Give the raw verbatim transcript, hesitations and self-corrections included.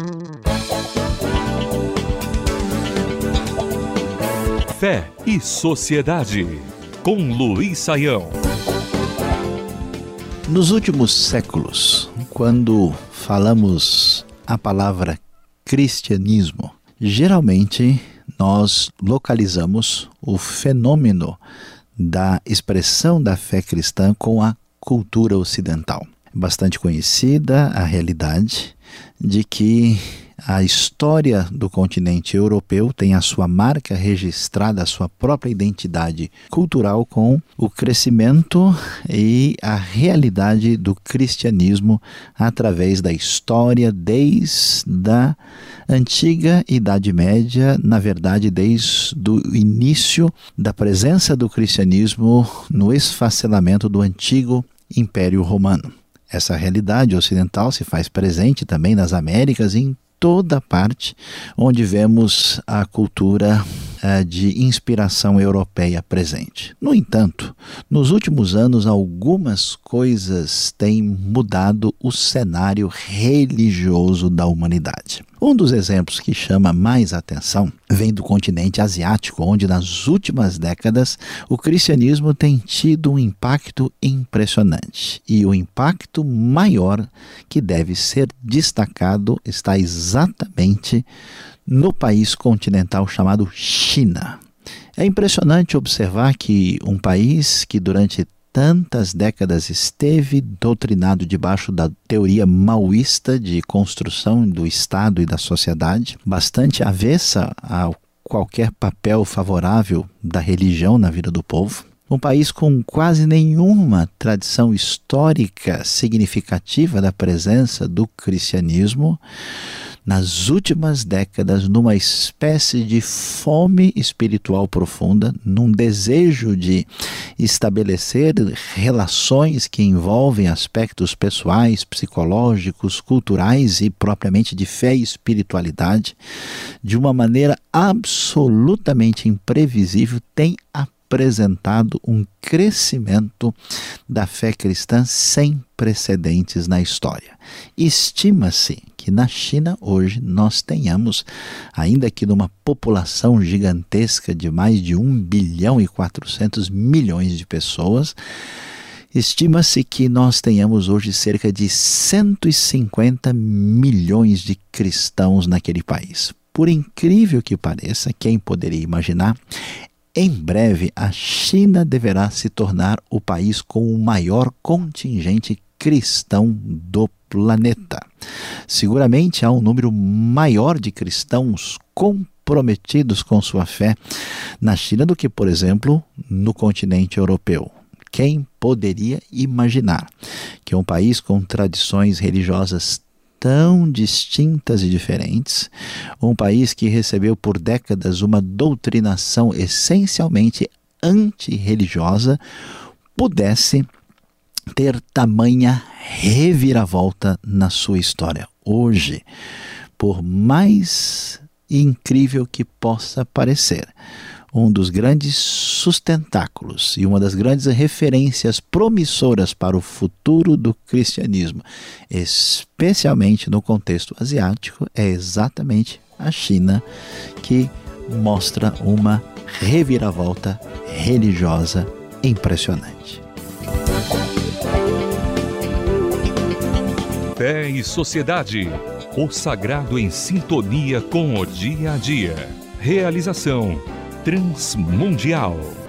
Fé e Sociedade, com Luiz Saião. Nos últimos séculos, quando falamos a palavra cristianismo, geralmente nós localizamos o fenômeno da expressão da fé cristã com a cultura ocidental. Bastante conhecida a realidade de que a história do continente europeu tem a sua marca registrada, a sua própria identidade cultural com o crescimento e a realidade do cristianismo através da história desde a antiga Idade Média, na verdade desde o início da presença do cristianismo no esfacelamento do antigo Império Romano. Essa realidade ocidental se faz presente também nas Américas e em toda parte onde vemos a cultura uh, de inspiração europeia presente. No entanto, nos últimos anos algumas coisas têm mudado o cenário religioso da humanidade. Um dos exemplos que chama mais atenção vem do continente asiático, onde nas últimas décadas o cristianismo tem tido um impacto impressionante. E o impacto maior que deve ser destacado está exatamente no país continental chamado China. É impressionante observar que um país que durante tantas décadas esteve doutrinado debaixo da teoria maoísta de construção do Estado e da sociedade, bastante avessa a qualquer papel favorável da religião na vida do povo. Um país com quase nenhuma tradição histórica significativa da presença do cristianismo, nas últimas décadas, numa espécie de fome espiritual profunda, num desejo de estabelecer relações que envolvem aspectos pessoais, psicológicos, culturais e propriamente de fé e espiritualidade, de uma maneira absolutamente imprevisível, tem a apresentado um crescimento da fé cristã sem precedentes na história. Estima-se que na China hoje nós tenhamos, ainda que numa população gigantesca de mais de um bilhão e quatrocentos milhões de pessoas, estima-se que nós tenhamos hoje cerca de cento e cinquenta milhões de cristãos naquele país. Por incrível que pareça, quem poderia imaginar, em breve, a China deverá se tornar o país com o maior contingente cristão do planeta. Seguramente há um número maior de cristãos comprometidos com sua fé na China do que, por exemplo, no continente europeu. Quem poderia imaginar que um país com tradições religiosas tão distintas e diferentes, um país que recebeu por décadas uma doutrinação essencialmente antirreligiosa, pudesse ter tamanha reviravolta na sua história. Hoje, por mais incrível que possa parecer, um dos grandes sustentáculos e uma das grandes referências promissoras para o futuro do cristianismo, especialmente no contexto asiático, é exatamente a China, que mostra uma reviravolta religiosa impressionante. Fé e Sociedade, o sagrado em sintonia com o dia a dia. Realização Transmundial.